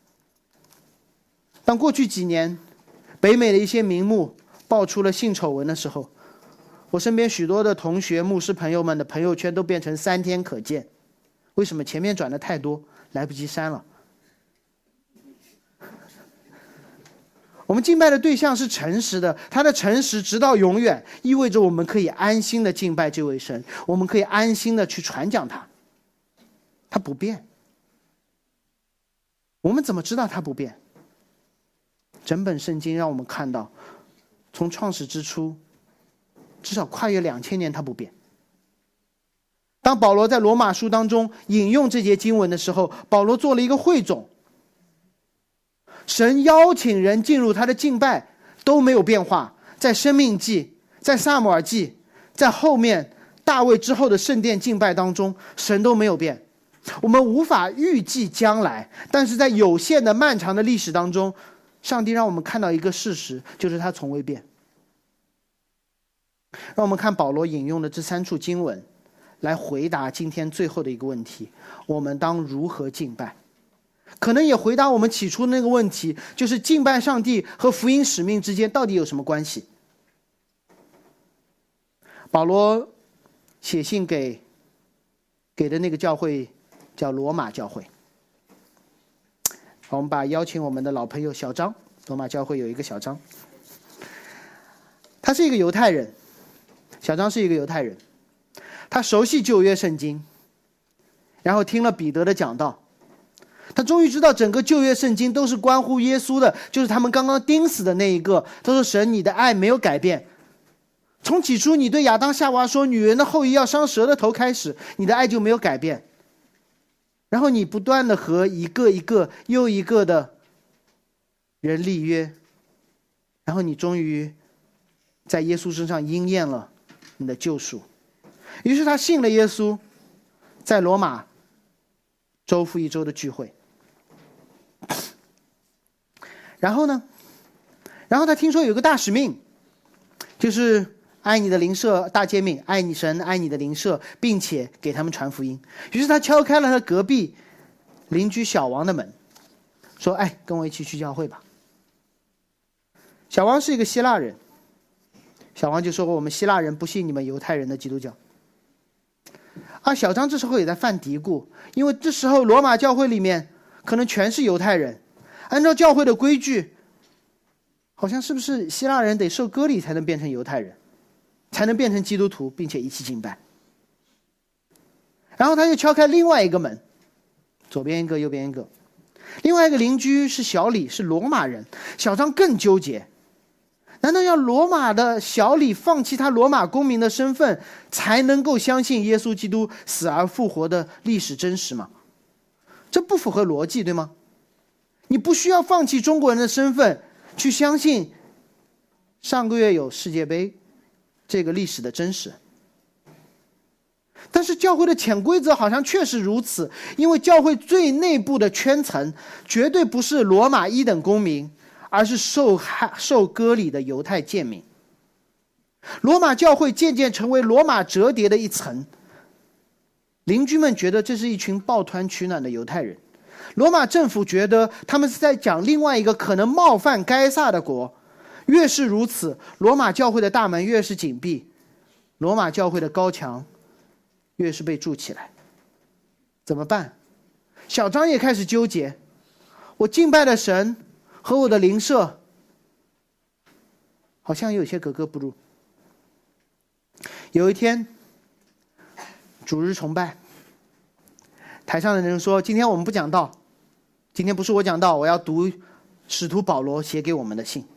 当过去几年北美的一些名目爆出了性丑闻的时候，我身边许多的同学牧师朋友们的朋友圈都变成三天可见。为什么？前面转的太多，来不及删了。我们敬拜的对象是诚实的，他的诚实直到永远，意味着我们可以安心的敬拜这位神，我们可以安心的去传讲他，他不变。我们怎么知道他不变？整本圣经让我们看到，从创始之初至少跨越两千年他不变。当保罗在罗马书当中引用这节经文的时候，保罗做了一个汇总。神邀请人进入他的敬拜， 都没有变化，在申命记，在撒母耳记，在后面大卫之后的圣殿敬拜当中，神都没有变。我们无法预计将来，但是在有限的漫长的历史当中，上帝让我们看到一个事实，就是他从未变。让我们看保罗引用的这三处经文，来回答今天最后的一个问题：我们当如何敬拜？可能也回答我们起初的那个问题，就是敬拜上帝和福音使命之间到底有什么关系？保罗写信给给的那个教会叫罗马教会。我们把邀请我们的老朋友小张，罗马教会有一个小张，他是一个犹太人，小张是一个犹太人，他熟悉旧约圣经，然后听了彼得的讲道，他终于知道整个旧约圣经都是关乎耶稣的，就是他们刚刚钉死的那一个。他说：神，你的爱没有改变，从起初你对亚当夏娃说女人的后裔要伤蛇的头开始，你的爱就没有改变。然后你不断的和一个一个又一个的人立约，然后你终于在耶稣身上应验了你的救赎。于是他信了耶稣，在罗马周复一周的聚会。然后呢然后他听说有个大使命，就是爱你的邻舍，大诫命，爱你神，爱你的邻舍，并且给他们传福音。于是他敲开了他隔壁邻居小王的门，说：哎，跟我一起去教会吧。小王是一个希腊人，小王就说：我们希腊人不信你们犹太人的基督教。而小张这时候也在犯嘀咕，因为这时候罗马教会里面可能全是犹太人，按照教会的规矩，好像是不是希腊人得受割礼才能变成犹太人，才能变成基督徒，并且一起敬拜。然后他又敲开另外一个门，左边一个右边一个，另外一个邻居是小李，是罗马人。小张更纠结，难道要罗马的小李放弃他罗马公民的身份，才能够相信耶稣基督死而复活的历史真实吗？这不符合逻辑，对吗？你不需要放弃中国人的身份去相信上个月有世界杯这个历史的真实。但是教会的潜规则好像确实如此，因为教会最内部的圈层绝对不是罗马一等公民，而是受受割礼的犹太贱民。罗马教会渐渐成为罗马折叠的一层，邻居们觉得这是一群抱团取暖的犹太人，罗马政府觉得他们是在讲另外一个可能冒犯该撒的国。越是如此，罗马教会的大门越是紧闭，罗马教会的高墙越是被筑起来。怎么办？小张也开始纠结，我敬拜的神和我的邻舍好像有些格格不入。有一天主日崇拜，台上的人说：今天我们不讲道，今天不是我讲道，我要读使徒保罗写给我们的信。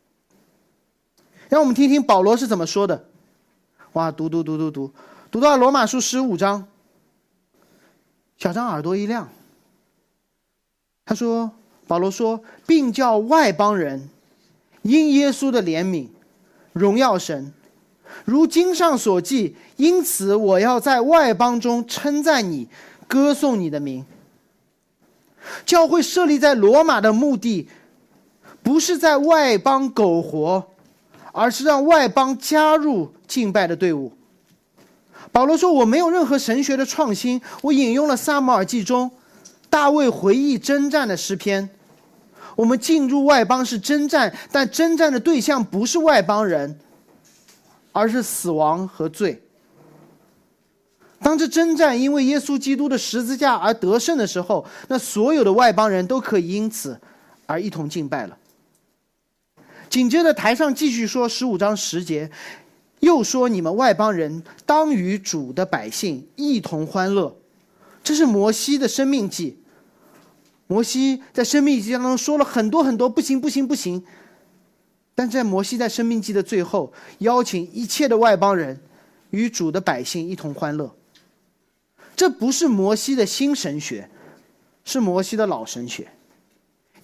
让我们听听保罗是怎么说的。哇，读读读读读读到罗马书十五章，小张耳朵一亮。他说，保罗说，并叫外邦人因耶稣的怜悯荣耀神，如经上所记，因此我要在外邦中称赞你，歌颂你的名。教会设立在罗马的目的不是在外邦苟活，而是让外邦加入敬拜的队伍。保罗说，我没有任何神学的创新，我引用了撒母耳记中大卫回忆征战的诗篇。我们进入外邦是征战，但征战的对象不是外邦人，而是死亡和罪。当这征战因为耶稣基督的十字架而得胜的时候，那所有的外邦人都可以因此而一同敬拜了。紧接着台上继续说十五章十节，又说你们外邦人当与主的百姓一同欢乐。这是摩西的生命记。摩西在生命记当中说了很多很多不行不行不行，但在摩西在生命记的最后，邀请一切的外邦人与主的百姓一同欢乐。这不是摩西的新神学，是摩西的老神学。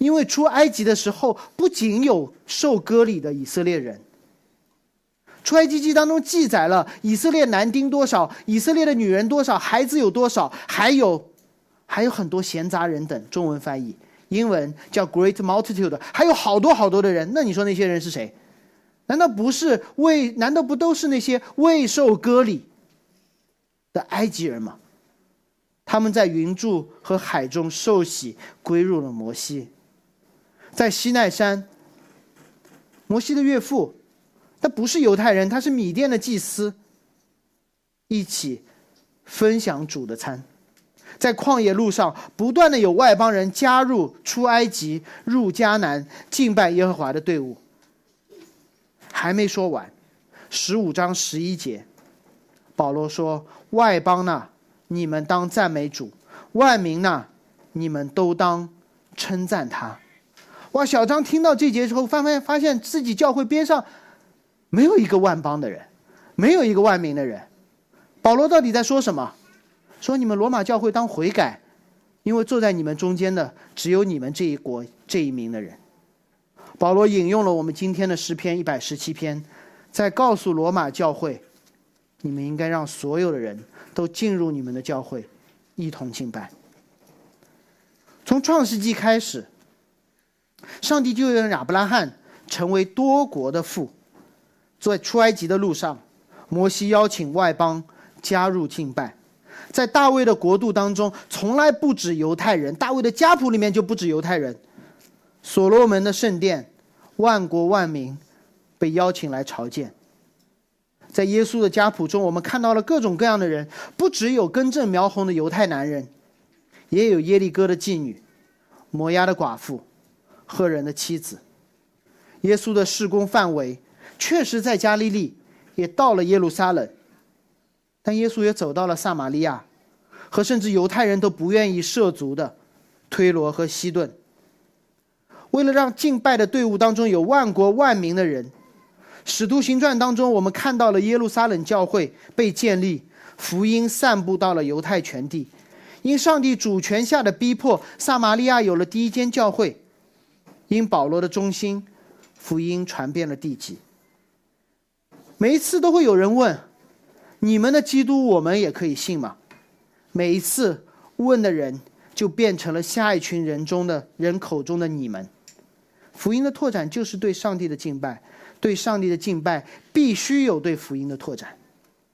因为出埃及的时候不仅有受割礼的以色列人，出埃及记当中记载了以色列男丁多少，以色列的女人多少，孩子有多少，还有还有很多闲杂人等，中文翻译，英文叫 great multitude， 还有好多好多的人。那你说那些人是谁？难道不是未难道不都是那些未受割礼的埃及人吗？他们在云柱和海中受洗，归入了摩西。在西奈山，摩西的岳父他不是犹太人，他是米甸的祭司，一起分享主的餐。在旷野路上，不断的有外邦人加入出埃及入迦南敬拜耶和华的队伍。还没说完，十五章十一节，保罗说：外邦呐，你们当赞美主；万民呐，你们都当称赞他。哇！小张听到这节之后，发现发现自己教会边上没有一个万邦的人，没有一个万民的人。保罗到底在说什么？说你们罗马教会当悔改，因为坐在你们中间的只有你们这一国这一民的人。保罗引用了我们今天的诗篇一百十七篇，在告诉罗马教会，你们应该让所有的人都进入你们的教会，一同敬拜。从创世纪开始，上帝就让亚伯拉罕成为多国的父。在出埃及的路上，摩西邀请外邦加入敬拜。在大卫的国度当中，从来不止犹太人，大卫的家谱里面就不止犹太人。所罗门的圣殿，万国万民被邀请来朝见。在耶稣的家谱中，我们看到了各种各样的人，不只有根正苗红的犹太男人，也有耶利哥的妓女，摩押的寡妇，赫人的妻子。耶稣的事工范围确实在加利利，也到了耶路撒冷，但耶稣也走到了撒玛利亚，和甚至犹太人都不愿意涉足的推罗和西顿。为了让敬拜的队伍当中有万国万民的人，使徒行传当中我们看到了耶路撒冷教会被建立，福音散布到了犹太全地。因上帝主权下的逼迫，撒玛利亚有了第一间教会。因保罗的忠心，福音传遍了地极。每一次都会有人问，你们的基督我们也可以信吗？每一次问的人就变成了下一群人中的人口中的你们。福音的拓展就是对上帝的敬拜，对上帝的敬拜必须有对福音的拓展。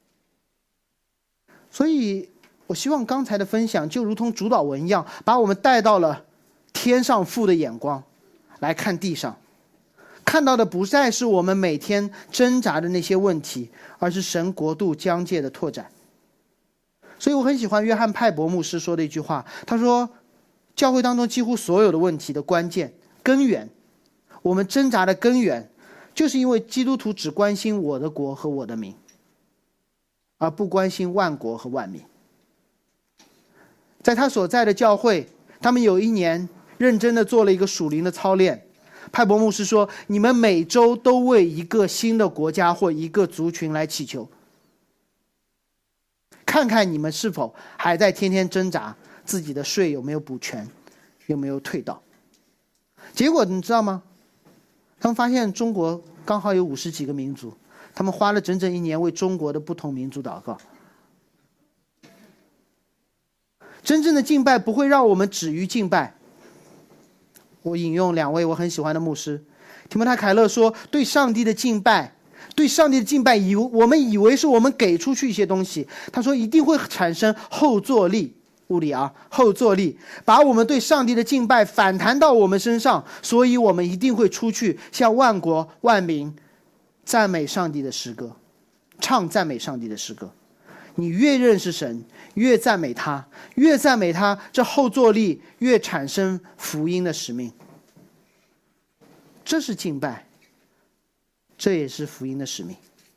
所以我希望刚才的分享就如同主导文一样，把我们带到了天上父的眼光来看地上，看到的不再是我们每天挣扎的那些问题，而是神国度疆界的拓展。所以我很喜欢约翰派伯牧师说的一句话，他说教会当中几乎所有的问题的关键根源，我们挣扎的根源，就是因为基督徒只关心我的国和我的民，而不关心万国和万民。在他所在的教会，他们有一年认真的做了一个属灵的操练。派伯牧师说，你们每周都为一个新的国家或一个族群来祈求，看看你们是否还在天天挣扎自己的税有没有补全，有没有退到。结果你知道吗？他们发现中国刚好有五十几个民族，他们花了整整一年为中国的不同民族祷告。真正的敬拜不会让我们止于敬拜。我引用两位我很喜欢的牧师，提摩太凯勒说，对上帝的敬拜，对上帝的敬拜以我们以为是我们给出去一些东西，他说一定会产生后坐力，物理啊，后坐力，把我们对上帝的敬拜反弹到我们身上，所以我们一定会出去向万国万民赞美上帝的诗歌，唱赞美上帝的诗歌。你越认识神，越赞美他，越赞美他，这后坐力越产生福音的使命。这是敬拜，这也是福音的使命。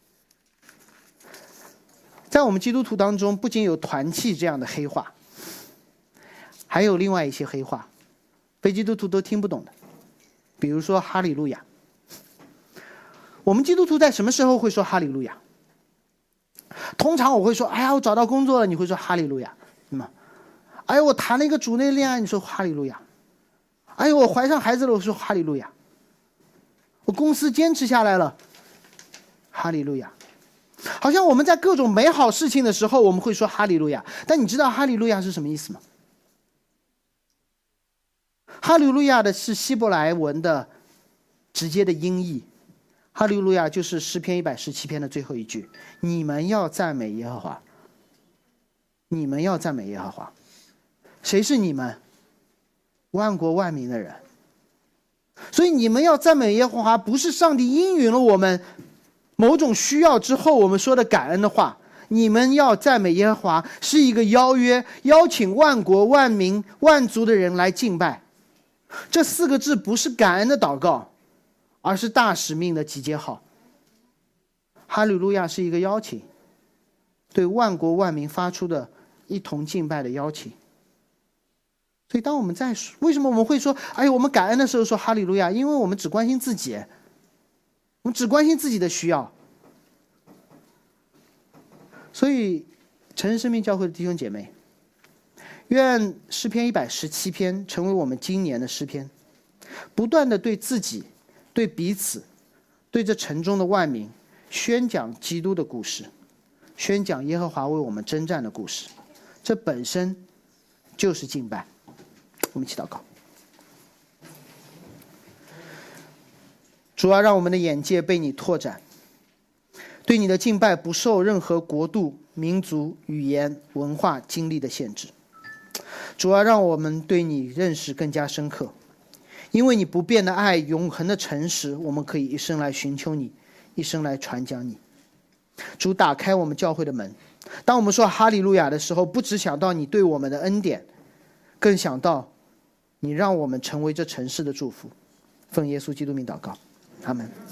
在我们基督徒当中，不仅有团契这样的黑话，还有另外一些黑话，非基督徒都听不懂的，比如说哈利路亚。我们基督徒在什么时候会说哈利路亚？通常我会说，哎呀，我找到工作了，你会说哈利路亚，对吗？哎呀，我谈了一个主内恋爱，你说哈利路亚。哎哎呦，我怀上孩子了，我说哈利路亚。我公司坚持下来了，哈利路亚。好像我们在各种美好事情的时候，我们会说哈利路亚，但你知道哈利路亚是什么意思吗？哈利路亚的是希伯来文的直接的音译，哈利路亚就是诗篇一百十七篇的最后一句：你们要赞美耶和华，你们要赞美耶和华。谁是你们？万国万民的人。所以你们要赞美耶和华，不是上帝应允了我们某种需要之后我们说的感恩的话，你们要赞美耶和华是一个邀约，邀请万国万民万族的人来敬拜。这四个字不是感恩的祷告，而是大使命的集结号。哈利路亚是一个邀请，对万国万民发出的一同敬拜的邀请。所以当我们在为什么我们会说哎，我们感恩的时候说哈利路亚，因为我们只关心自己，我们只关心自己的需要。所以城市生命教会的弟兄姐妹，愿诗篇一百十七篇成为我们今年的诗篇，不断的对自己、对彼此、对这城中的万民宣讲基督的故事，宣讲耶和华为我们征战的故事。这本身就是敬拜。我们一起祷告。主啊，让我们的眼界被你拓展，对你的敬拜不受任何国度、民族、语言、文化、经历的限制。主啊，让我们对你认识更加深刻，因为你不变的爱、永恒的诚实，我们可以一生来寻求你，一生来传讲你。主，打开我们教会的门，当我们说哈利路亚的时候，不只想到你对我们的恩典，更想到你让我们成为这城市的祝福。奉耶稣基督名祷告，阿们。